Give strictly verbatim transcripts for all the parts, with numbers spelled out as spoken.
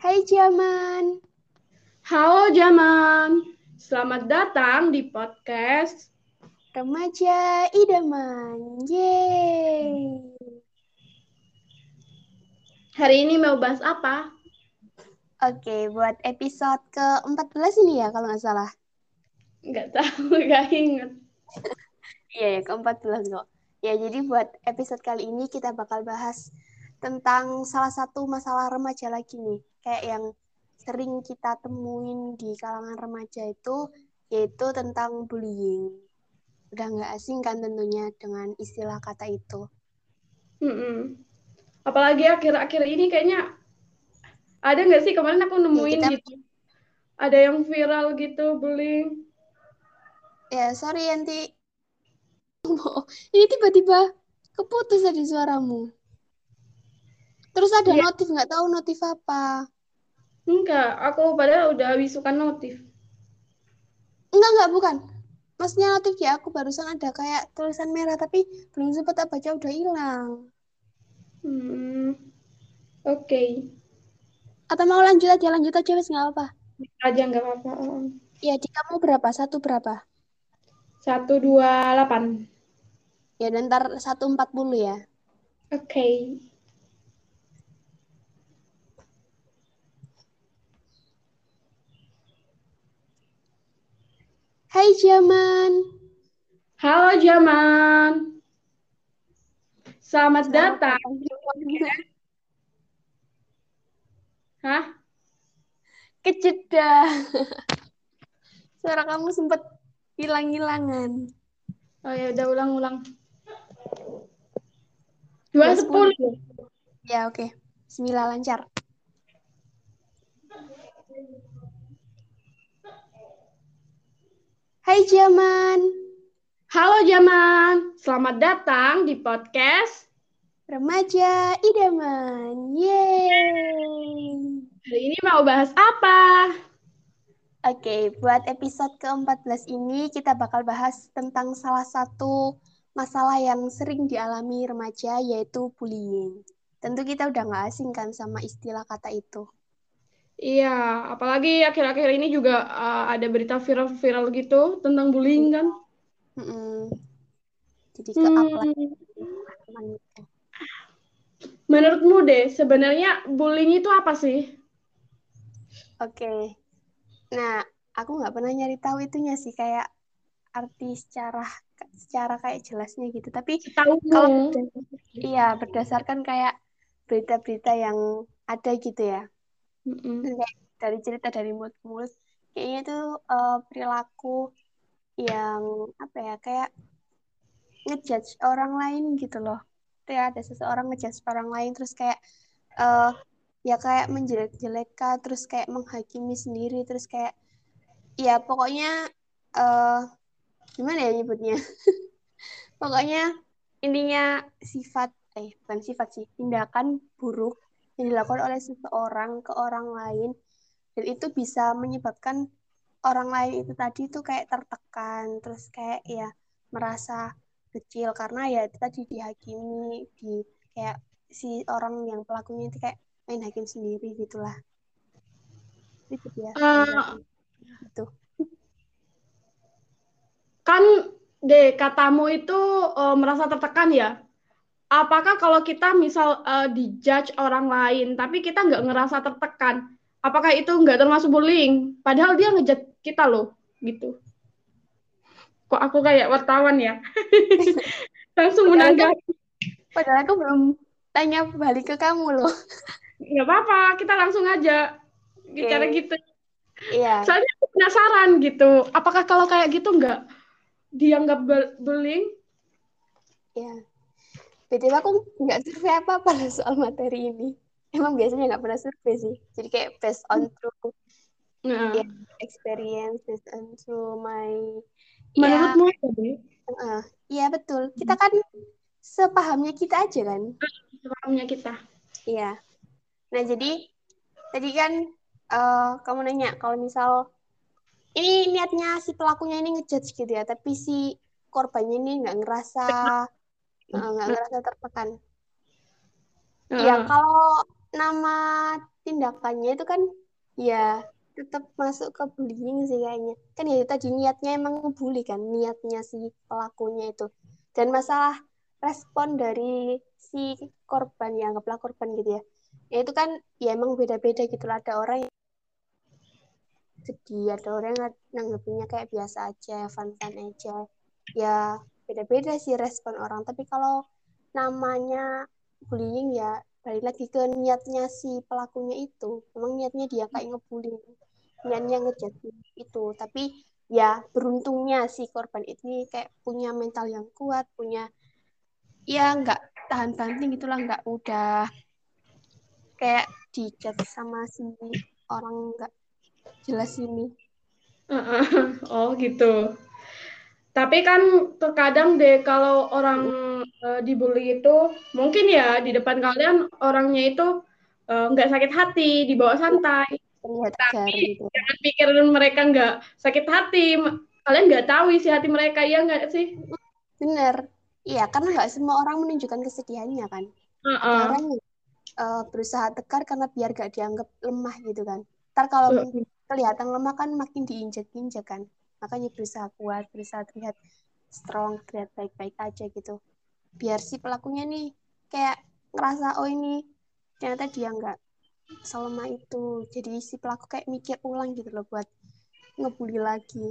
Hai Jaman, Halo Jaman, selamat datang di podcast. remaja idaman. Yeay. Hari ini mau bahas apa? Oke, buat episode ke empat belas ini ya kalau nggak salah. Nggak tahu, nggak inget. Iya ya, ke empat belas kok. Ya, jadi buat episode kali ini kita bakal bahas tentang salah satu masalah remaja lagi nih. Kayak yang sering kita temuin di kalangan remaja itu, yaitu tentang bullying. Udah nggak asing kan tentunya dengan istilah kata itu. Mm-mm. Apalagi akhir-akhir ini kayaknya ada nggak sih, kemarin aku Ya, nemuin kita gitu. Ada yang viral gitu, bullying. ya sorry nanti Oh, ini tiba-tiba keputus tadi suaramu. Terus ada Iya, notif, nggak tahu notif apa. enggak. Aku padahal udah wisukan notif. Enggak, enggak, bukan. Maksudnya notif ya, aku barusan ada kayak tulisan merah, tapi belum sempat tak baca, udah hilang. Hmm, oke. Atau mau lanjut aja, lanjut aja, wes nggak apa. Aja nggak apa-apa. Ya, di kamu berapa? Satu berapa? Satu dua delapan. Ya, dan ntar satu empat puluh ya. Oke. Hai Jaman. Halo Jaman, selamat Selamat datang. datang di podcast. Hah? Kejeda. Suara kamu sempat hilang-hilangan. Oh ya udah ulang-ulang. Udah Dua sepuluh sepuluh. ya? Ya, oke. Bismillah lancar. Hai Jaman. Halo Jaman, selamat datang di podcast. Remaja idaman. Yeay. Hari ini mau bahas apa? Oke, buat episode ke empat belas ini kita bakal bahas tentang salah satu masalah yang sering dialami remaja, yaitu bullying. Tentu kita udah nggak asing kan sama istilah kata itu. Iya, apalagi akhir-akhir ini juga uh, ada berita viral-viral gitu tentang bullying kan. Mm-mm. Jadi ke up lagi Hmm, teman itu. menurutmu deh, sebenarnya bullying itu apa sih? Oke, nah aku nggak pernah nyari tahu itunya sih kayak arti secara secara kayak jelasnya gitu. Tapi Setahumu. kalau berdasarkan, iya berdasarkan kayak berita-berita yang ada gitu ya. Dan Mm-mm. kayak dari cerita dari mulut-mulut, kayaknya itu eh, perilaku yang apa ya kayak ngejudge orang lain gitu loh. Itu ya ada seseorang ngejudge orang lain terus kayak eh ya kayak menjelek-jelekan terus kayak menghakimi sendiri terus kayak ya pokoknya eh gimana ya nyebutnya? Pokoknya intinya sifat, eh bukan sifat sih, tindakan buruk yang dilakukan oleh seseorang ke orang lain dan itu bisa menyebabkan orang lain itu tadi tuh kayak tertekan terus kayak ya merasa kecil karena ya itu tadi dihakimi di kayak si orang yang pelakunya itu kayak main hakim sendiri gitulah itu dia Eh, penjelasan itu. kan deh katamu itu eh, merasa tertekan ya. Apakah kalau kita misal eh, dijudge orang lain, tapi kita nggak ngerasa tertekan, apakah itu nggak termasuk bullying? Padahal dia ngejudge kita loh, gitu. Kok aku kayak wartawan ya? Langsung padahal aku menanggapi. padahal aku belum tanya balik ke kamu loh. Nggak apa-apa, kita langsung aja bicara Oke, gitu. iya, Soalnya aku penasaran gitu, apakah kalau kayak gitu nggak dianggap bu- bullying? iya. B T W aku nggak survei apa-apa loh soal materi ini. Emang biasanya nggak pernah survei sih. Jadi kayak based on true ya, Nah, experience, based on true my ya, menurutmu apa deh? eh, iya betul. Kita kan sepahamnya kita aja kan. Pahamnya kita. Iya. Nah jadi tadi kan eh, kamu nanya kalau misal ini niatnya si pelakunya ini ngejudge gitu ya, tapi si korbannya ini nggak ngerasa eh, nggak ngerasa tertekan. Iya, Heeh. kalau nama tindakannya itu kan ya tetap masuk ke bullying sih kayaknya. Kan ya itu tadi niatnya emang ngebully kan, niatnya si pelakunya itu. Dan masalah respon dari si korban, ya anggaplah korban gitu ya. Ya itu kan ya emang beda-beda gitu lah. Ada orang yang sedih, ada orang yang nanggepinnya kayak biasa aja, fun-fun aja. Ya beda-beda sih respon orang. Tapi kalau namanya bullying ya balik lagi ke niatnya si pelakunya itu. Memang niatnya dia kayak ngebully, niatnya ngejatuhin itu. Tapi ya beruntungnya si korban ini kayak punya mental yang kuat, punya ya nggak tahan banting itulah, nggak udah kayak dijat sama si orang nggak jelas ini. Oh gitu. Tapi kan terkadang deh kalau orang eh, dibully itu mungkin ya di depan kalian orangnya itu eh, nggak sakit hati, dibawa Ya, santai. terlihat Tapi tegar gitu. jangan pikir mereka nggak sakit hati. Kalian nggak tahu isi hati mereka ya nggak sih? Bener. Iya, karena nggak semua orang menunjukkan kesedihannya kan. Ada Heeh. orang yang eh, berusaha tegar karena biar gak dianggap lemah gitu kan. Ntar kalau kelihatan lemah kan makin diinjek-injek kan. Makanya berusaha kuat, berusaha terlihat strong, terlihat baik-baik aja gitu. Biar si pelakunya nih kayak ngerasa, oh ini ternyata dia nggak selemah itu. Jadi si pelaku kayak mikir ulang gitu loh buat ngebully lagi.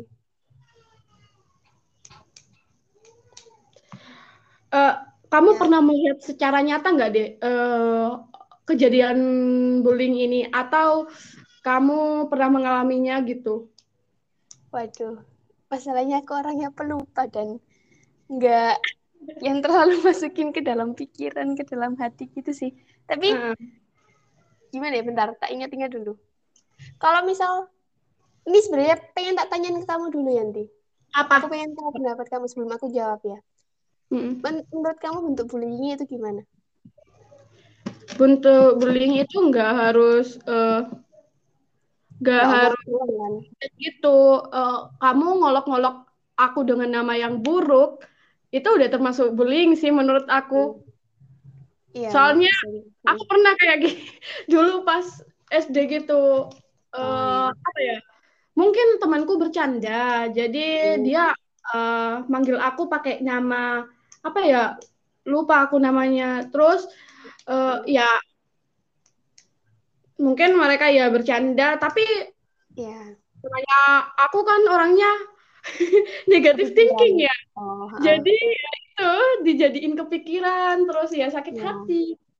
Eh, kamu Ya, pernah melihat secara nyata nggak deh eh, kejadian bullying ini atau kamu pernah mengalaminya gitu? waduh. Masalahnya aku orangnya pelupa dan nggak yang terlalu masukin ke dalam pikiran, ke dalam hati gitu sih. Tapi Heeh. gimana ya, bentar, tak ingat-ingat dulu. Kalau misal, ini sebenarnya pengen tak tanyain ke kamu dulu Yanti. Aku Apa? pengen tahu pendapat kamu sebelum aku jawab ya. Mm-mm. Men- Menurut kamu bentuk bullying itu gimana? Bentuk bullying itu nggak harus eh, nggak Nggak omong harus doang kan? gitu. Eh, kamu ngolok-ngolok aku dengan nama yang buruk itu udah termasuk bullying sih menurut aku. Hmm. Iya, iya, Soalnya bisa. aku Hmm. pernah kayak gini dulu pas S D gitu. Oh Eh, ya. apa ya? Mungkin temanku bercanda, jadi Hmm. dia eh, manggil aku pakai nama apa ya? Lupa aku namanya. Terus eh, Hmm. ya mungkin mereka ya bercanda, tapi Iya, namanya aku kan orangnya negatif kepikiran. thinking ya. Oh, heeh. Jadi ya itu dijadiin kepikiran, terus ya sakit Ya, hati.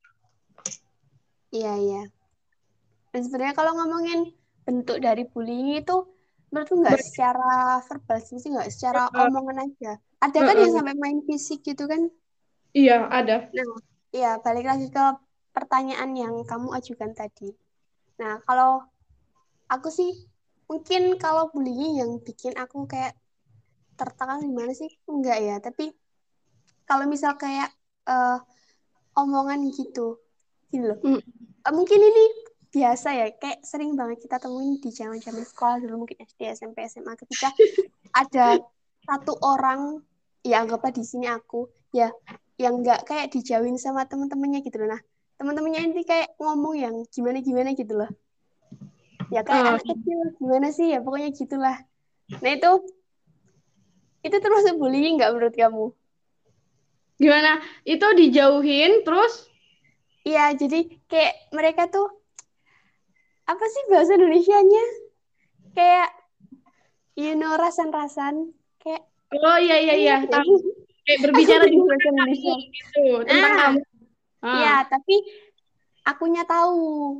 iya, iya. Dan sebenarnya kalau ngomongin bentuk dari bullying itu, menurutku nggak Banyak. secara verbal sih, sih, nggak secara Eh, omongan aja. Ada eh, kan yang eh. sampai main fisik gitu kan? Iya, ada. Nah, ya balik lagi ke pertanyaan yang kamu ajukan tadi. Nah, kalau aku sih, mungkin kalau bullying yang bikin aku kayak tertekan gimana sih? Enggak ya, tapi kalau misal kayak eh, omongan gitu, gitu loh. Mm. Eh, mungkin ini biasa ya, kayak sering banget kita temuin di zaman-zaman sekolah dulu, mungkin S D, S M P, S M A, ketika ada satu orang, ya anggaplah di sini aku, ya yang nggak kayak dijauhin sama teman-temannya gitu loh. Nah, teman-temannya ini kayak ngomong yang gimana-gimana gitu loh. Ya kayak Eh, anak kecil, gimana sih ya, pokoknya gitulah. Nah itu, itu termasuk bullying nggak menurut kamu? gimana? Itu dijauhin, terus Iya, jadi kayak mereka tuh, apa sih bahasa Indonesianya? Kayak, you know, rasan-rasan. Kayak, oh iya iya iya "Eh, tahu. Kayak aku berbicara di bingung bahasa belakang kamu Indonesia. gitu tentang Nah, kamu. iya, Ah, tapi akunya tahu.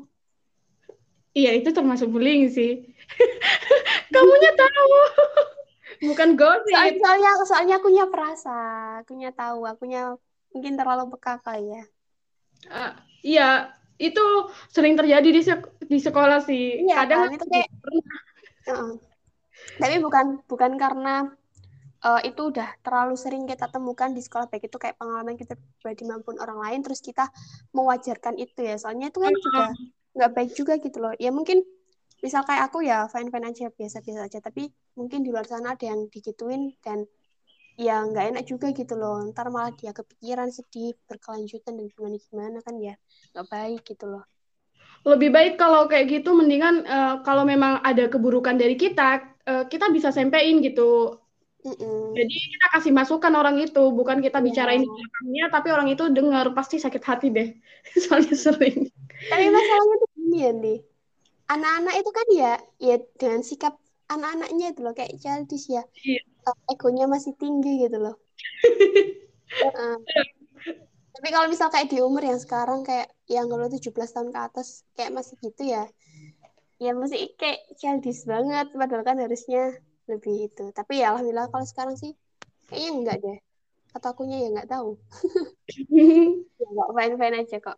iya itu termasuk bullying sih. Kamunya tahu, bukan Soalnya, gosip. soalnya, soalnya akunya perasa, akunya tahu, akunya mungkin terlalu peka kali ya. Ah, iya, itu sering terjadi di sek- di sekolah sih. Iya Kadang kan, aku itu juga kayak, pernah. uh-uh. Tapi bukan bukan karena uh, itu udah terlalu sering kita temukan di sekolah, baik itu kayak pengalaman kita pribadi maupun orang lain, terus kita mewajarkan itu ya. Soalnya itu kan juga Ah, nggak baik juga gitu loh. Ya mungkin misal kayak aku ya fine-fine aja, biasa-biasa aja. Tapi mungkin di luar sana ada yang digituin dan ya nggak enak juga gitu loh. Ntar malah dia kepikiran, sedih, berkelanjutan dan gimana-gimana kan ya. Nggak baik gitu loh. Lebih baik kalau kayak gitu, mendingan eh, kalau memang ada keburukan dari kita, eh, kita bisa sampein gitu. Mm-mm. Jadi kita kasih masukan orang itu, bukan kita bicarain di Ya. belakangnya, tapi orang itu dengar pasti sakit hati deh. Soalnya sering. Tapi masalahnya tuh gini ya, nih. Anak-anak itu kan ya, ya dengan sikap anak-anaknya itu loh, kayak childish ya. Iya. Eh, egonya masih tinggi gitu loh. Heeh. Tapi kalau misal kayak di umur yang sekarang kayak yang kalau tujuh belas tahun ke atas kayak masih gitu ya. Ya masih kayak childish banget padahal kan harusnya lebih itu. Tapi ya alhamdulillah kalau sekarang sih kayaknya enggak deh. Atau akunya ya enggak tahu. Ya enggak fine-fine aja kok.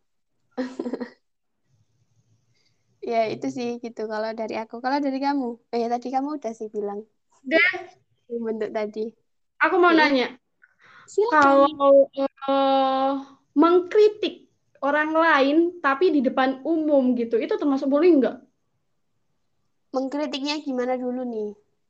Ya itu sih gitu kalau dari aku. Kalau dari kamu? Eh ya tadi kamu udah sih bilang Deh, bentuk tadi. aku mau Mm-mm. nanya, Silakan. kalau eh, mengkritik orang lain tapi di depan umum gitu, itu termasuk bullying nggak? Mengkritiknya gimana dulu nih?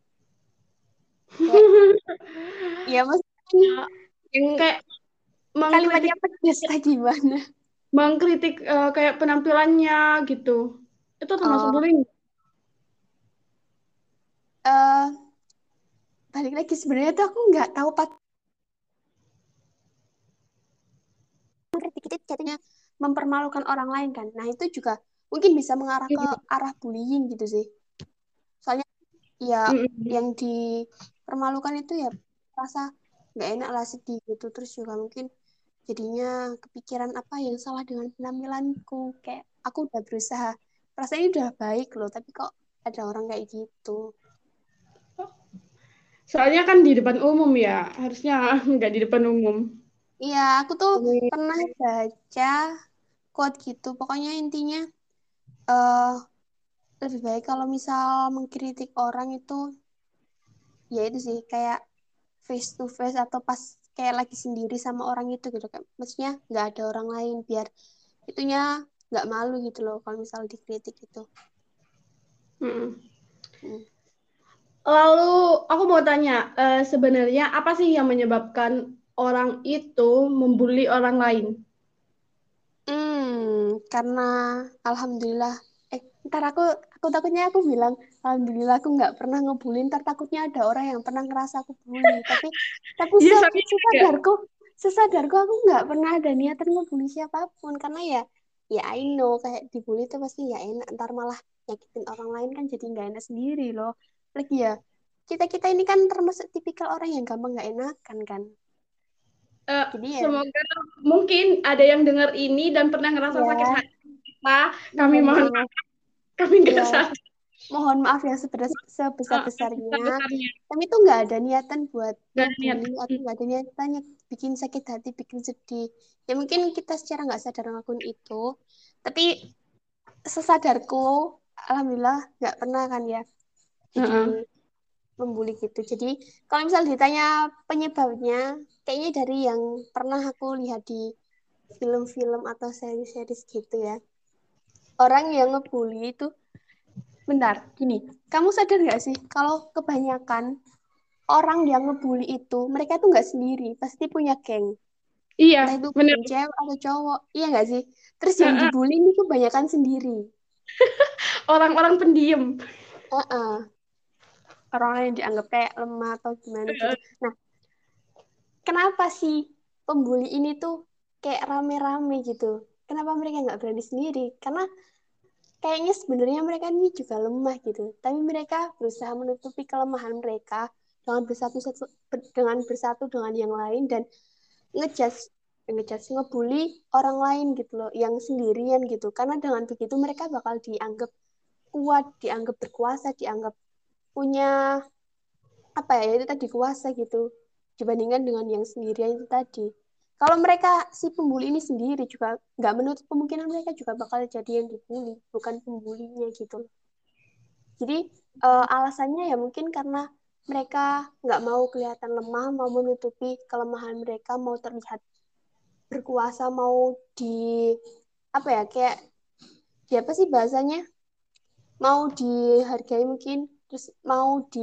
Kayak ya maksudnya yang Kayak mengkritik kalimatnya pedas tadi gimana? mengkritik eh, kayak penampilannya gitu. Itu termasuk Oh, bullying. eh balik lagi sebenarnya tuh aku nggak tahu kritik itu jadinya mempermalukan orang lain kan. Nah, itu juga mungkin bisa mengarah ke arah bullying gitu sih. Soalnya ya Mm-mm. yang dipermalukan itu ya rasa nggak enak lah sedih gitu. Terus juga mungkin jadinya kepikiran apa yang salah dengan penampilanku. Kayak aku udah berusaha, perasaan ini udah baik loh, tapi kok ada orang kayak gitu. Soalnya kan di depan umum ya, harusnya nggak di depan umum. Iya, aku tuh Amin. pernah baca quote gitu. Pokoknya intinya eh lebih baik kalau misal mengkritik orang itu ya itu sih kayak face to face atau pas kayak lagi sendiri sama orang itu gitu kan maksudnya nggak ada orang lain biar itunya nggak malu gitu loh kalau misal dikritik itu. Mm. Hmm. Lalu aku mau tanya, eh, sebenarnya apa sih yang menyebabkan orang itu membuli orang lain? Hmm, karena alhamdulillah eh ntar aku aku takutnya aku bilang alhamdulillah aku nggak pernah ngebully ntar takutnya ada orang yang pernah ngerasa aku bully tapi tapi Iya, se soalnya juga. sesadarku sesadarku aku nggak pernah ada niatan ngebully siapapun karena ya ya I know kayak dibully itu pasti nggak enak ntar malah nyakitin orang lain kan jadi nggak enak sendiri loh lagi ya kita kita ini kan termasuk tipikal orang yang gampang nggak enakan kan Eh, jadi ya semoga mungkin ada yang dengar ini dan pernah ngerasa sakit ya hati kita. Kami mohon mohon maaf maaf, kami nggak ya sadar. mohon maaf yang Eh, sebesar-besarnya. Besar-besarnya. Kami tuh nggak ada niatan buat Gak ada niat. ngebully atau nggak ada niatannya bikin sakit hati, bikin sedih. Ya mungkin kita secara nggak sadar ngelakuin itu, tapi sesadarku, alhamdulillah nggak pernah kan ya. Jadi Heeh. membuli gitu. Jadi kalau misal ditanya penyebabnya, kayaknya dari yang pernah aku lihat di film-film atau seri-seri gitu ya. Orang yang ngebully itu, bentar, gini, kamu sadar nggak sih kalau kebanyakan orang yang ngebully itu mereka tuh nggak sendiri pasti punya geng entah Iya, itu bener. geng cewek atau cowok iya nggak sih terus yang Heeh. dibully ini kebanyakan sendiri. Orang-orang pendiam. Heeh. Orang yang dianggap kayak lemah atau gimana gitu Heeh. nah kenapa sih pembuli ini tuh kayak rame-rame gitu kenapa mereka nggak berani sendiri karena kayaknya sebenarnya mereka ini juga lemah gitu tapi mereka berusaha menutupi kelemahan mereka dengan bersatu dengan bersatu dengan yang lain dan ngejudge ngejudge ngebully orang lain gitu loh yang sendirian gitu karena dengan begitu mereka bakal dianggap kuat dianggap berkuasa dianggap punya apa ya itu tadi kuasa gitu dibandingkan dengan yang sendirian itu tadi kalau mereka si pembuli ini sendiri juga nggak menutup kemungkinan mereka juga bakal jadi yang dibully bukan pembulinya gitu loh jadi eh, alasannya ya mungkin karena mereka nggak mau kelihatan lemah mau menutupi kelemahan mereka mau terlihat berkuasa mau di apa ya kayak di apa sih bahasanya mau dihargai mungkin terus mau di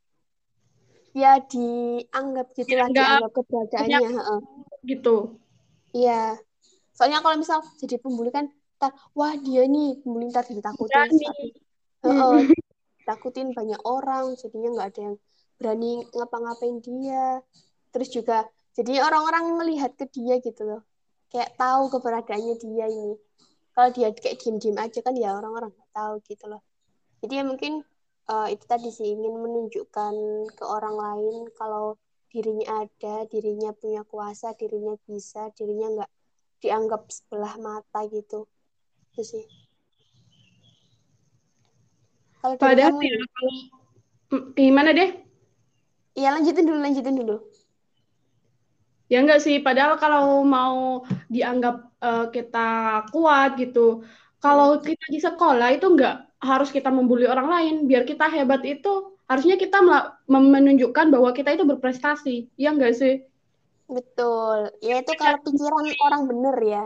ya dianggap gitulah Dianggap dianggap punya keberadaannya heeh. gitu. Iya soalnya kalau misal jadi pembuli kan Ntar, wah dia nih pembuli, ntar ditakutin Berani. satu. Heeh, Mm-mm. takutin banyak orang, jadinya nggak ada yang berani ngapa-ngapain dia. Terus juga jadinya orang-orang melihat ke dia gitu loh, kayak tahu keberadaannya dia ini. Kalau dia kayak diem-diem aja kan ya orang-orang nggak tahu gitu loh. Jadi ya mungkin eh, itu tadi sih, ingin menunjukkan ke orang lain kalau dirinya ada, dirinya punya kuasa, dirinya bisa, dirinya nggak dianggap sebelah mata gitu. Itu sih. Kalau dari Padahal kamu ya nih, kalau mm, gimana deh? iya lanjutin dulu, lanjutin dulu. Ya enggak sih, padahal kalau mau dianggap eh, kita kuat gitu, kalau Mm. kita di sekolah itu enggak harus kita membuli orang lain. Biar kita hebat itu harusnya kita mela- mem- menunjukkan bahwa kita itu berprestasi. Ya enggak sih? Betul, ya itu kalau pikiran orang bener ya.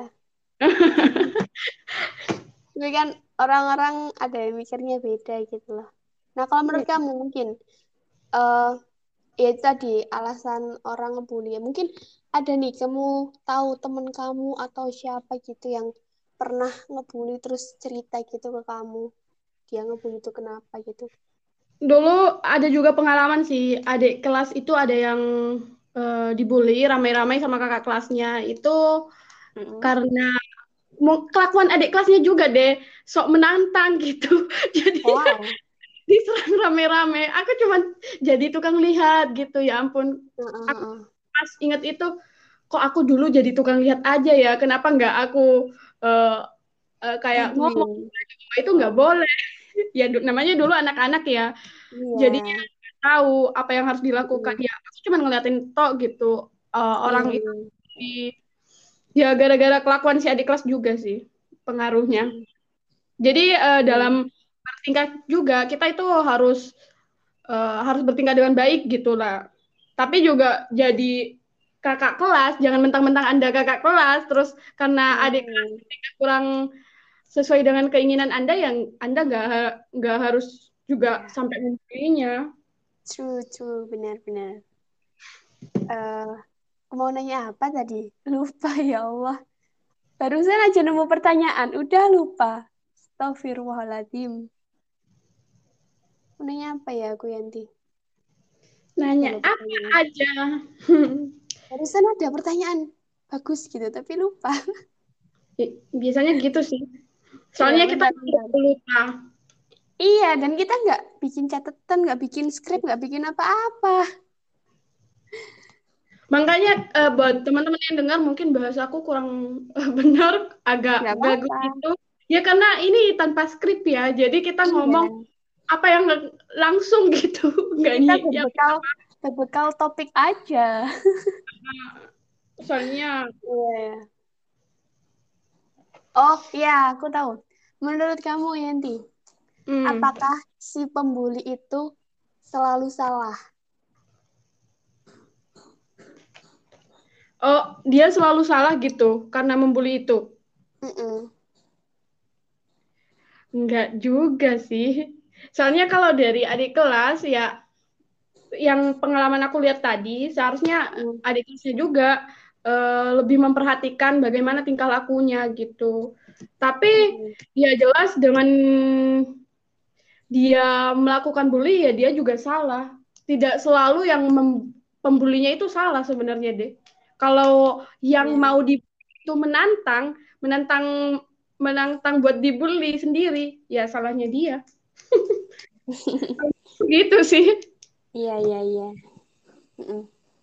Tapi kan orang-orang ada yang mikirnya beda gitu loh. Nah kalau menurut kamu mungkin, eh ya itu tadi alasan orang ngebully. Ya, mungkin ada nih kamu tahu temen kamu atau siapa gitu yang pernah ngebully terus cerita gitu ke kamu. Dia ngebully itu kenapa gitu. Dulu ada juga pengalaman sih, adik kelas itu ada yang eh, dibully ramai-ramai sama kakak kelasnya. Itu Mm-mm. karena mau kelakuan adik kelasnya juga deh, sok menantang gitu. Jadi Wow. diserang rame-rame. Aku cuman jadi tukang lihat gitu. Ya ampun. Heeh, Aku heeh. pas inget itu, kok aku dulu jadi tukang lihat aja ya. Kenapa nggak aku eh, eh, kayak ngomong Bantuin. itu nggak Oh, boleh. Ya du- namanya dulu anak-anak ya. Jadinya iya. nggak tahu apa yang harus dilakukan. Mm-mm. Ya aku cuma ngeliatin tok gitu. Eh, orang Iya, itu iya. di ya gara-gara kelakuan si adik kelas juga sih pengaruhnya. Mm-mm. Jadi eh, Iya. dalam bertingkah juga kita itu harus eh, harus bertingkah dengan baik gitulah. Tapi juga jadi kakak kelas, jangan mentang-mentang Anda kakak kelas, terus karena adik kelas Mm. bertingkah kurang sesuai dengan keinginan Anda, yang Anda nggak ha- nggak harus juga Iya. sampai membelinya. True, true, benar-benar. Eh, mau nanya apa tadi? Lupa ya Allah. Barusan aja nemu pertanyaan, udah lupa. Astagfirullahaladzim. Mau nanya apa ya aku Yanti? Apa Nanya lo apa pertanyaan? aja. Barusan ada pertanyaan bagus gitu, tapi lupa. Biasanya gitu sih. Iya, Soalnya kita bentar, bentar. lupa. Iya, dan kita nggak bikin catatan, nggak bikin skrip, nggak bikin apa-apa. Makanya eh, buat teman-teman yang dengar mungkin bahasaku kurang eh, benar, agak Nggak bagus apa-apa. itu. Ya karena ini tanpa skrip ya. Jadi kita ngomong Iya, apa yang langsung gitu. Nggak kita nih yang berbekal berbekal topik aja. soalnya Iya. Oh iya, aku tahu. Menurut kamu, Yanti, hmm, apakah si pembuli itu selalu salah? oh dia selalu salah gitu karena membuli itu. Mm-mm. Enggak juga sih. Soalnya kalau dari adik kelas ya yang pengalaman aku lihat tadi, seharusnya Mm. adik kelasnya juga eh, lebih memperhatikan bagaimana tingkah lakunya gitu. Tapi Mm-mm. ya jelas dengan dia melakukan bully ya dia juga salah. Tidak selalu yang mem- pembulinya itu salah sebenarnya deh. Kalau yang Iya. mau di itu menantang, menantang menantang buat dibully sendiri, ya salahnya dia. Gitu sih. Iya, iya, iya. Mm-mm.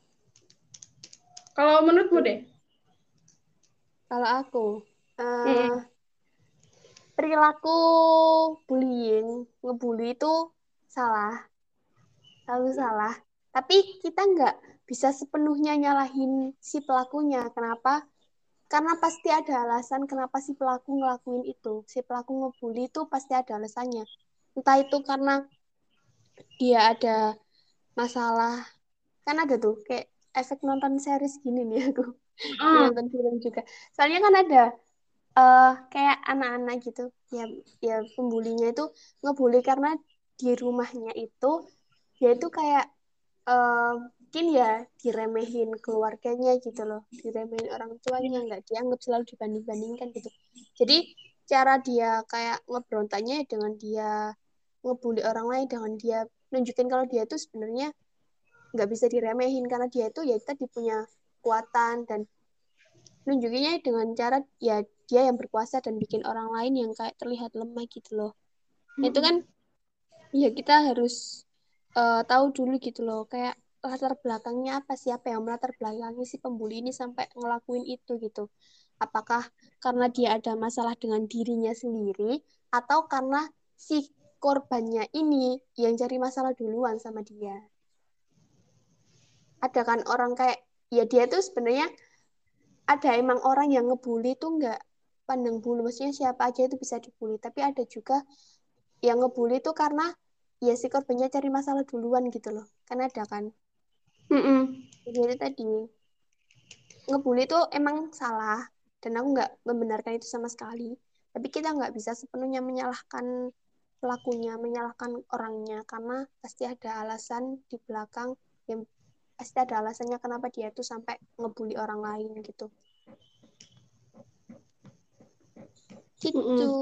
Kalau menurutmu deh. Kalau aku, eh, Mm-mm. perilaku bullying, ngebully itu salah, selalu salah. Tapi kita nggak bisa sepenuhnya nyalahin si pelakunya. Kenapa? Karena pasti ada alasan kenapa si pelaku ngelakuin itu. Si pelaku ngebully itu pasti ada alasannya. Entah itu karena dia ada masalah. Kan ada tuh kayak efek nonton series gini nih aku. Ah, Nonton film juga. Soalnya kan ada eh kayak anak-anak gitu. Ya, ya pembulinya itu ngebully karena di rumahnya itu dia itu kayak eh, mungkin ya diremehin keluarganya gitu loh, diremehin orang tuanya, nggak dianggap, selalu dibanding-bandingkan gitu. Jadi cara dia kayak ngebrontaknya ya dengan dia ngebully orang lain, dengan dia nunjukin kalau dia tuh sebenarnya nggak bisa diremehin karena dia itu ya tadi punya kekuatan dan nunjukinnya dengan cara ya dia yang berkuasa dan bikin orang lain yang kayak terlihat lemah gitu loh. Nah, itu kan Mm-mm. ya kita harus eh, tahu dulu gitu loh kayak latar belakangnya apa, siapa yang melatar belakangi si pembuli ini sampai ngelakuin itu gitu. Apakah karena dia ada masalah dengan dirinya sendiri atau karena si korbannya ini yang cari masalah duluan sama dia. Ada kan orang kayak ya dia tuh sebenarnya ada emang orang yang ngebully tuh nggak pandang bulu, maksudnya siapa aja itu bisa dibully, tapi ada juga yang ngebully tuh karena ya si korbannya cari masalah duluan gitu loh, kan ada kan. Mm-mm. Jadi itu tadi ngebully tuh emang salah dan aku nggak membenarkan itu sama sekali, tapi kita nggak bisa sepenuhnya menyalahkan pelakunya, menyalahkan orangnya karena pasti ada alasan di belakang yang pasti ada alasannya kenapa dia tuh sampai ngebully orang lain gitu gitu. Mm-mm.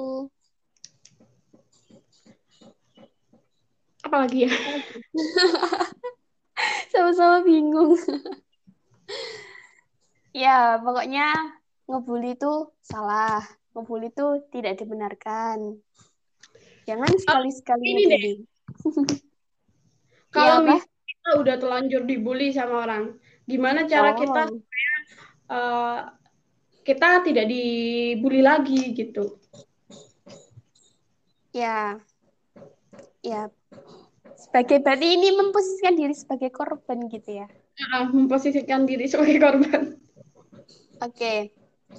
Apalagi ya? Apalagi? Sama-sama bingung. Ya, pokoknya ngebully itu salah. Ngebully itu tidak dibenarkan. Jangan Oh, sekali-sekali ini deh, ngebully. kalau Ya apa? misalnya kita udah telanjur dibully sama orang, gimana cara kita Oh, eh, kita tidak dibully lagi gitu? ya, ya. Sebagai berarti ini memposisikan diri sebagai korban gitu ya. Ah, memposisikan diri sebagai korban. Oke,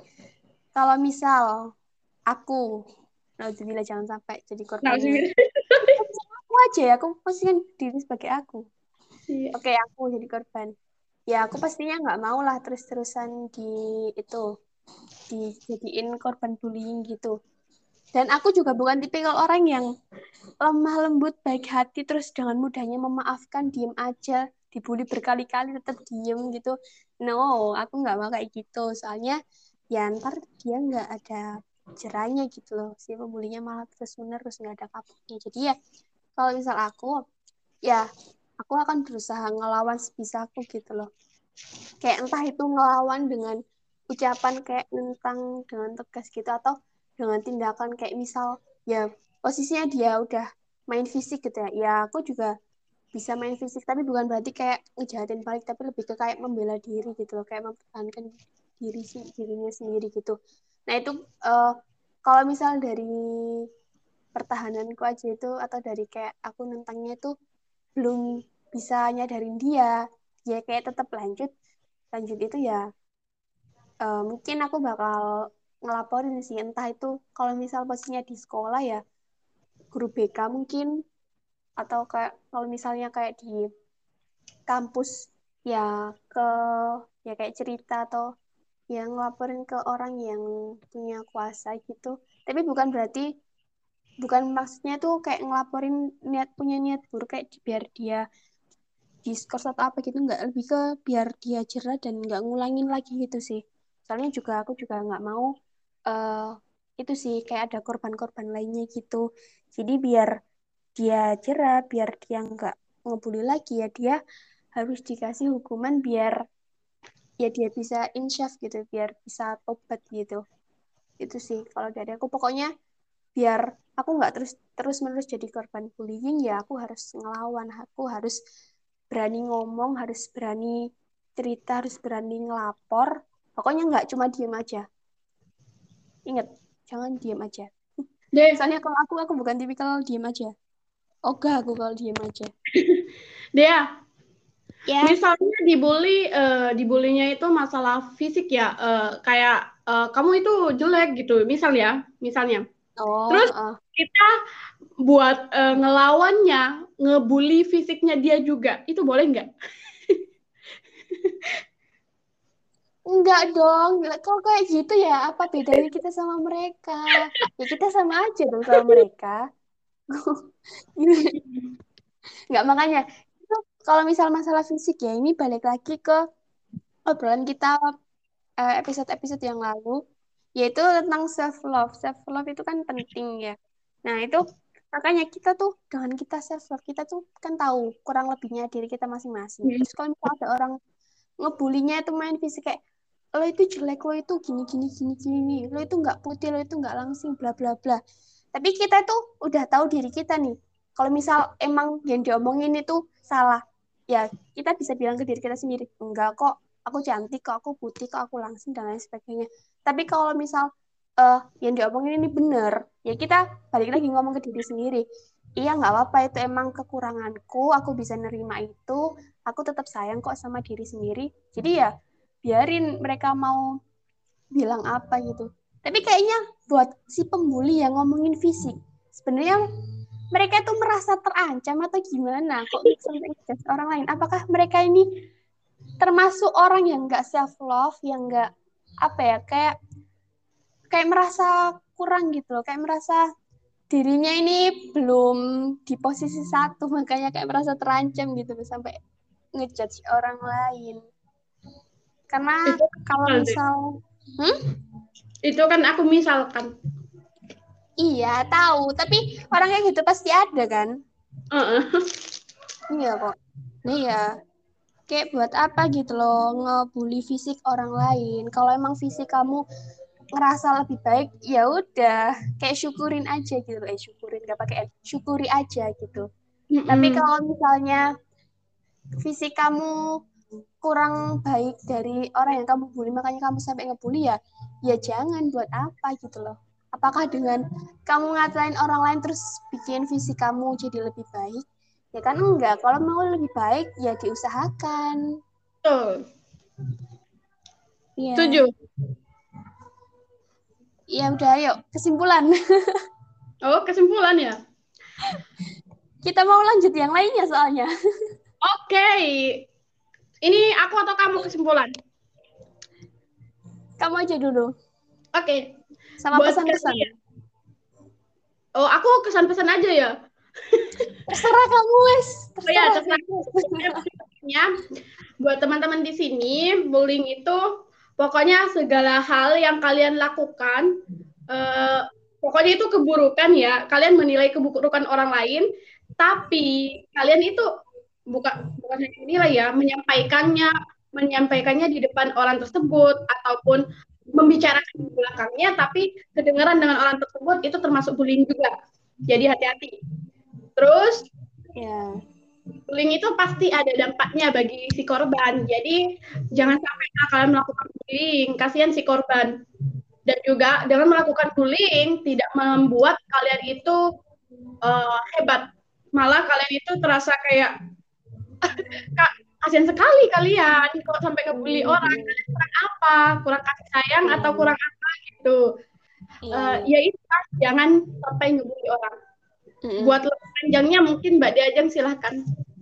kalau misal aku, Nauzubillah jangan sampai jadi Nah, korbannya. sih. Aku aja ya, aku posisikan diri sebagai aku. Iya. Oke, aku jadi korban. Ya, aku pastinya nggak mau lah terus-terusan di itu dijadiin korban bullying gitu. Dan aku juga bukan tipikal orang yang lemah lembut, baik hati, terus dengan mudahnya memaafkan, diem aja, dibully berkali-kali tetap diem gitu. No, aku nggak mau kayak gitu. Soalnya ya ntar dia nggak ada jerahnya gitu loh. Si pembulinya malah terus menerus nggak ada kapoknya. Jadi ya kalau misal aku, ya aku akan berusaha ngelawan sebisa aku gitu loh. Kayak entah itu ngelawan dengan ucapan kayak nentang dengan tegas gitu atau dengan tindakan kayak misal ya posisinya dia udah main fisik gitu ya ya aku juga bisa main fisik tapi bukan berarti kayak ngejahatin balik tapi lebih ke kayak membela diri gitu loh kayak mempertahankan diri si- dirinya sendiri gitu. Nah itu eh, kalau misal dari pertahananku aja itu atau dari kayak aku nentangnya itu belum bisa nyadarin dia dia kayak tetap lanjut lanjut itu ya eh, mungkin aku bakal ngelaporin sih entah itu kalau misal posisinya di sekolah ya guru B K mungkin atau kayak kalau misalnya kayak di kampus ya ke ya kayak cerita atau yang ngelaporin ke orang yang punya kuasa gitu tapi bukan berarti bukan maksudnya tuh kayak ngelaporin niat punya niat buruk kayak di- biar dia diskors atau apa gitu nggak lebih ke biar dia jerah dan nggak ngulangin lagi gitu sih soalnya juga aku juga nggak mau eh itu sih kayak ada korban-korban lainnya gitu jadi biar dia jerah biar dia nggak ngebully lagi ya dia harus dikasih hukuman biar ya dia bisa insyaf gitu biar bisa tobat gitu itu sih kalau dari aku pokoknya biar aku nggak terus terus menerus jadi korban bullying ya aku harus ngelawan aku harus berani ngomong harus berani cerita harus berani ngelapor pokoknya nggak cuma diem aja ingat jangan diem aja Deh, soalnya kalau aku aku bukan tipikal diem aja ogah aku kalau diem aja Dea, ya. misalnya dibully, eh, dibulinya itu masalah fisik ya, eh, kayak eh, kamu itu jelek gitu, misal ya, misalnya. Oh Terus uh. kita buat eh, ngelawannya, ngebully fisiknya dia juga, itu boleh nggak? Enggak dong gila, kok kayak gitu ya apa bedanya kita sama mereka ya kita sama aja dong sama mereka nggak makanya itu kalau misal masalah fisik ya ini balik lagi ke obrolan kita eh, episode-episode yang lalu yaitu tentang self love. Self love itu kan penting ya. Nah, itu makanya kita tuh dengan kita self love, kita tuh kan tahu kurang lebihnya diri kita masing-masing. Mm. Terus kalau misalnya ada orang ngebulinya itu main fisik kayak lo itu jelek, lo itu gini gini gini gini, lo itu nggak putih, lo itu nggak langsing, bla bla bla. Tapi kita tuh udah tahu diri kita nih. Kalau misal emang yang diomongin itu salah, ya kita bisa bilang ke diri kita sendiri, enggak kok, aku cantik kok, aku putih kok, aku langsing dan lain sebagainya. Tapi kalau misal uh, yang diomongin ini bener, ya kita balik lagi ngomong ke diri sendiri. Iya nggak apa-apa, itu emang kekuranganku, aku bisa nerima itu, aku tetap sayang kok sama diri sendiri. Jadi ya biarin mereka mau bilang apa gitu. Tapi kayaknya buat si pembuli yang ngomongin fisik, sebenarnya mereka itu merasa terancam atau gimana? Kok sampai ngejudge orang lain? Apakah mereka ini termasuk orang yang nggak self love, yang nggak apa ya, kayak kayak merasa kurang gitu loh, kayak merasa dirinya ini belum di posisi satu, makanya kayak merasa terancam gitu loh, sampai ngejudge orang lain. Karena Itu kalau misal deh. misal, hmm? Itu kan aku misalkan. Iya tahu, tapi orang kayak gitu pasti ada kan? Uh-uh. Iya kok. Nih ya, kayak buat apa gitu loh ngebully fisik orang lain. Kalau emang fisik kamu ngerasa lebih baik, ya udah kayak syukurin aja gitu. Eh syukurin gak pakai N, syukuri aja gitu. Tapi Mm-mm. kalau misalnya fisik kamu kurang baik dari orang yang kamu bully, makanya kamu sampai ngebully, ya ya jangan, buat apa gitu loh. Apakah dengan kamu ngatain orang lain terus bikin fisik kamu jadi lebih baik? Ya kan enggak. Kalau mau lebih baik ya diusahakan. Betul. Iya. Setuju. Ya udah, ayo kesimpulan. Oh, kesimpulan ya. Kita mau lanjut yang lainnya soalnya. Oke. Ini aku atau kamu kesimpulan? Kamu aja dulu. Oke. Sama Buat pesan-pesan. kalian. Oh, aku kesan-pesan aja ya. Terserah kamu, wes. Oh ya, Terserah. terserah. Ya, buat teman-teman di sini, bullying itu pokoknya segala hal yang kalian lakukan, eh, pokoknya itu keburukan ya. Kalian menilai keburukan orang lain, tapi kalian itu bukan bukan hanya menilai ya, menyampaikannya, menyampaikannya di depan orang tersebut ataupun membicarakan di belakangnya, tapi kedengaran dengan orang tersebut itu termasuk bullying juga. Jadi hati-hati. Terus Ya. bullying itu pasti ada dampaknya bagi si korban. Jadi jangan sampai kalian melakukan bullying, kasihan si korban. Dan juga dengan melakukan bullying tidak membuat kalian itu uh, hebat. Malah kalian itu terasa kayak Kak, kasihan sekali kalian kalau sampai ngebully orang. Kalian kurang apa? Kurang kasih sayang atau kurang apa gitu. Iya, Uh, iya. ya itu kan, jangan sampai ngebully orang. Mm-mm. Buat lebih panjangnya mungkin Mbak Diajeng silahkan.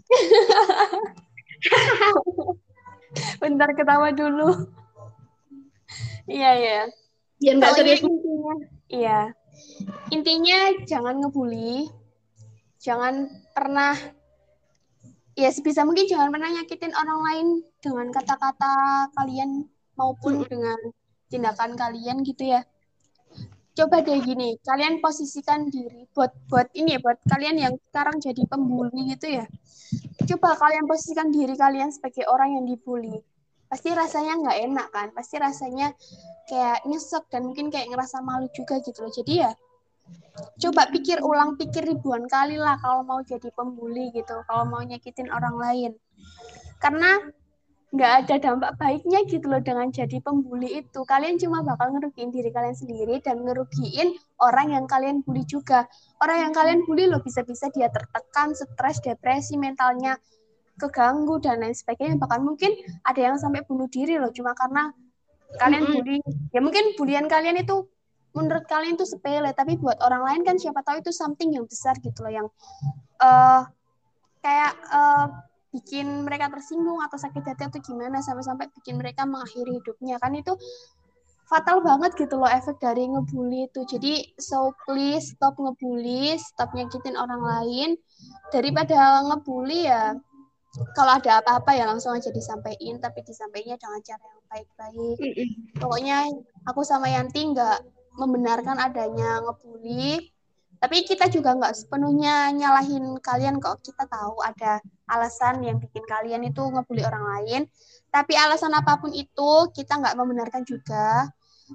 Bentar ketawa dulu. Iya, iya. Biar nggak Pokoknya serius. intinya, iya. Intinya jangan ngebully. Jangan pernah, ya sebisa mungkin jangan pernah nyakitin orang lain dengan kata-kata kalian maupun dengan tindakan kalian gitu ya. Coba deh gini, kalian posisikan diri buat buat ini ya, buat kalian yang sekarang jadi pembuli gitu ya. Coba kalian posisikan diri kalian sebagai orang yang dibully. Pasti rasanya nggak enak kan? Pasti rasanya kayak nyesek dan mungkin kayak ngerasa malu juga gitu loh. Jadi ya coba pikir ulang, pikir ribuan kali lah kalau mau jadi pembuli gitu, kalau mau nyakitin orang lain. Karena nggak ada dampak baiknya gitu loh dengan jadi pembuli itu. Kalian cuma bakal ngerugiin diri kalian sendiri dan ngerugiin orang yang kalian bully juga. Orang yang kalian bully loh bisa-bisa dia tertekan, stres, depresi, mentalnya keganggu dan lain sebagainya. Bahkan mungkin ada yang sampai bunuh diri loh cuma karena kalian bully. Ya mungkin bulian kalian itu menurut kalian itu sepele, tapi buat orang lain kan siapa tahu itu something yang besar gitu loh, yang uh, kayak uh, bikin mereka tersinggung atau sakit hati atau gimana, sampai-sampai bikin mereka mengakhiri hidupnya. Kan itu fatal banget gitu loh efek dari ngebully itu. Jadi so please stop ngebully, stop nyakitin orang lain. Daripada ngebully ya kalau ada apa-apa ya langsung aja disampaikan, tapi disampaikannya dengan cara yang baik-baik. Pokoknya aku sama Yanti nggak membenarkan adanya ngebully, tapi kita juga nggak sepenuhnya nyalahin kalian kok. Kita tahu ada alasan yang bikin kalian itu ngebully orang lain, tapi alasan apapun itu kita nggak membenarkan juga.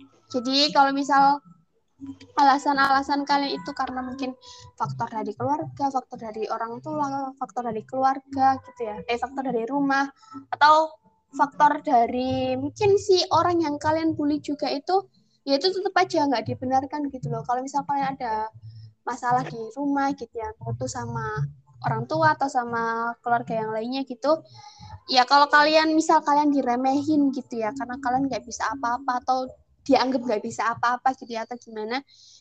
Jadi kalau misal alasan-alasan kalian itu karena mungkin faktor dari keluarga, faktor dari orang tua, faktor dari keluarga gitu ya, eh faktor dari rumah, atau faktor dari mungkin si orang yang kalian bully juga itu, ya itu tetap aja nggak dibenarkan gitu loh. Kalau misal kalian ada masalah di rumah gitu ya, putus sama orang tua atau sama keluarga yang lainnya gitu, ya kalau kalian misal kalian diremehin gitu ya karena kalian nggak bisa apa-apa atau dianggap nggak bisa apa-apa gitu ya atau gimana,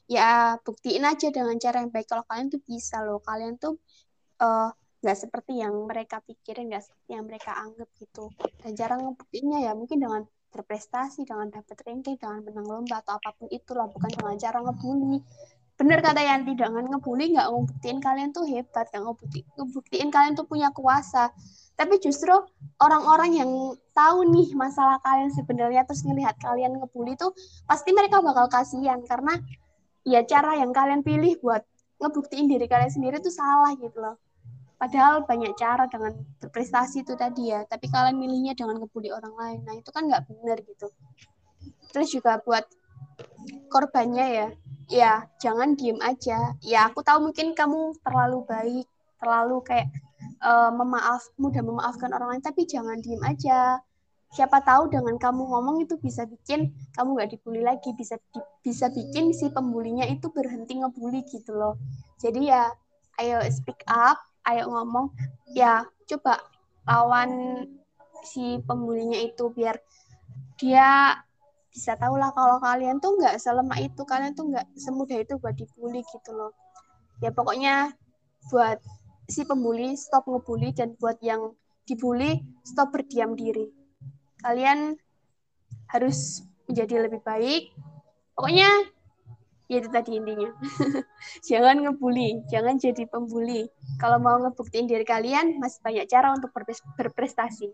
ya buktiin aja dengan cara yang baik kalau kalian tuh bisa loh, kalian tuh eh, nggak uh, seperti yang mereka pikirin, nggak seperti yang mereka anggap gitu. Dan cara ngebuktiinnya ya mungkin dengan berprestasi, dengan dapat ranking, dengan menang lomba atau apapun itulah, bukan dengan cara ngebully. Bener kata Yanti, dengan ngebully nggak ngebuktiin kalian tuh hebat, nggak ngebukti, ngebuktiin kalian tuh punya kuasa. Tapi justru orang-orang yang tahu nih masalah kalian sebenarnya terus ngelihat kalian ngebully tuh pasti mereka bakal kasihan karena ya cara yang kalian pilih buat ngebuktiin diri kalian sendiri tuh salah gitu loh. Padahal banyak cara dengan berprestasi itu tadi ya, tapi kalian milihnya dengan ngebully orang lain. Nah itu kan nggak benar gitu. Terus juga buat korbannya ya, ya jangan diem aja. Ya aku tahu mungkin kamu terlalu baik, terlalu kayak uh, memaaf, mudah memaafkan orang lain, tapi jangan diem aja. Siapa tahu dengan kamu ngomong itu bisa bikin kamu nggak dibully lagi, bisa di, bisa bikin si pembulinya itu berhenti ngebully gitu loh. Jadi ya ayo speak up, ayo ngomong, ya coba lawan si pembulinya itu biar dia bisa tahu lah kalau kalian tuh nggak selemah itu, kalian tuh nggak semudah itu buat dibully gitu loh. Ya pokoknya buat si pembuli stop ngebully, dan buat yang dibully stop berdiam diri. Kalian harus menjadi lebih baik. Pokoknya ya itu tadi intinya. Jangan ngebully, jangan jadi pembuli. Kalau mau ngebuktiin diri kalian, masih banyak cara untuk berprestasi.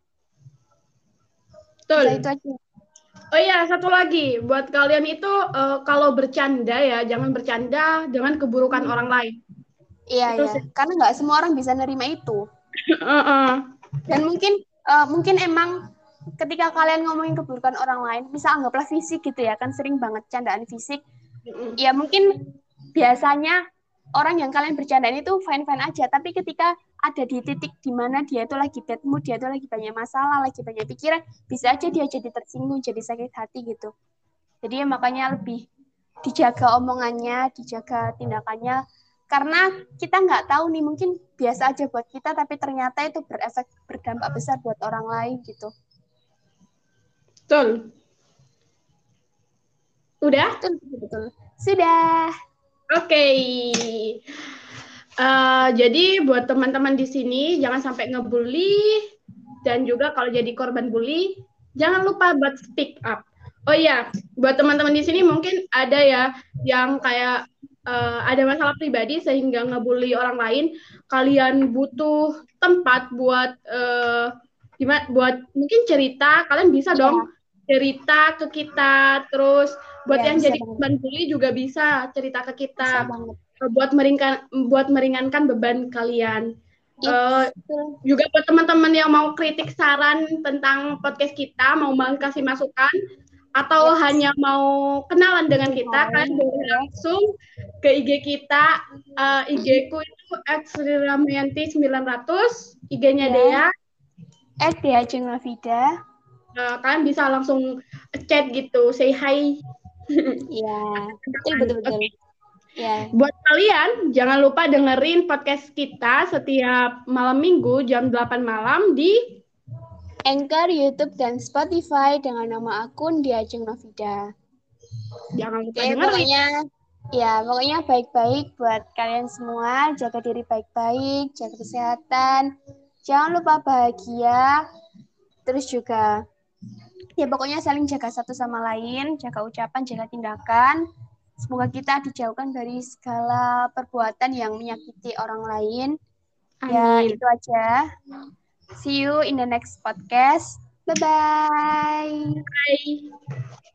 Udah itu Betul. aja. Oh iya, satu lagi buat kalian itu uh, kalau bercanda ya jangan bercanda dengan keburukan Hmm. orang lain. Iya Itu ya, sih. karena nggak semua orang bisa nerima itu. Uh-uh. Dan mungkin uh, mungkin emang ketika kalian ngomongin keburukan orang lain, misal anggaplah fisik gitu ya, kan sering banget candaan fisik. Uh-uh. Ya mungkin biasanya orang yang kalian bercandain itu fine-fine aja, tapi ketika ada di titik di mana dia itu lagi bad mood, dia itu lagi banyak masalah, lagi banyak pikiran, bisa aja dia jadi tersinggung, jadi sakit hati gitu. Jadi ya makanya lebih dijaga omongannya, dijaga tindakannya, karena kita nggak tahu nih, mungkin biasa aja buat kita, tapi ternyata itu berefek, berdampak besar buat orang lain gitu. Betul. Udah? Betul, betul, betul. Sudah. Oke. Okay. Uh, jadi buat teman-teman di sini jangan sampai ngebully, dan juga kalau jadi korban bully jangan lupa buat speak up. Oh iya, buat teman-teman di sini mungkin ada ya yang kayak uh, ada masalah pribadi sehingga ngebully orang lain. Kalian butuh tempat buat uh, gimana? Buat mungkin cerita. Kalian bisa Iya. dong cerita ke kita. Terus buat Ya, yang bisa jadi banget. korban bully juga bisa cerita ke Bisa kita banget. buat meringankan buat meringankan beban kalian. Uh, It's betul. juga buat teman-teman yang mau kritik saran tentang podcast kita, mau kasih masukan, atau Yep. hanya mau kenalan dengan kita, Hai, kalian boleh ya. langsung ke I G kita. Uh, I G ku itu at sri ramayanti sembilan ratus, I G-nya Ya. Dea. At Dea Jenglavida. Uh, kalian bisa langsung chat gitu, say hi. Iya, betul, betul, betul. Okay. Ya. Buat kalian, jangan lupa dengerin podcast kita setiap malam minggu jam delapan malam di Anchor, YouTube, dan Spotify dengan nama akun Dea Jenglavida. Jangan lupa Oke, dengerin. pokoknya ya, pokoknya baik-baik buat kalian semua. Jaga diri baik-baik, jaga kesehatan. Jangan lupa bahagia. Terus juga ya pokoknya saling jaga satu sama lain, jaga ucapan, jaga tindakan. Semoga kita dijauhkan dari segala perbuatan yang menyakiti orang lain. Ya, Amin. itu aja. See you in the next podcast. Bye-bye. Bye.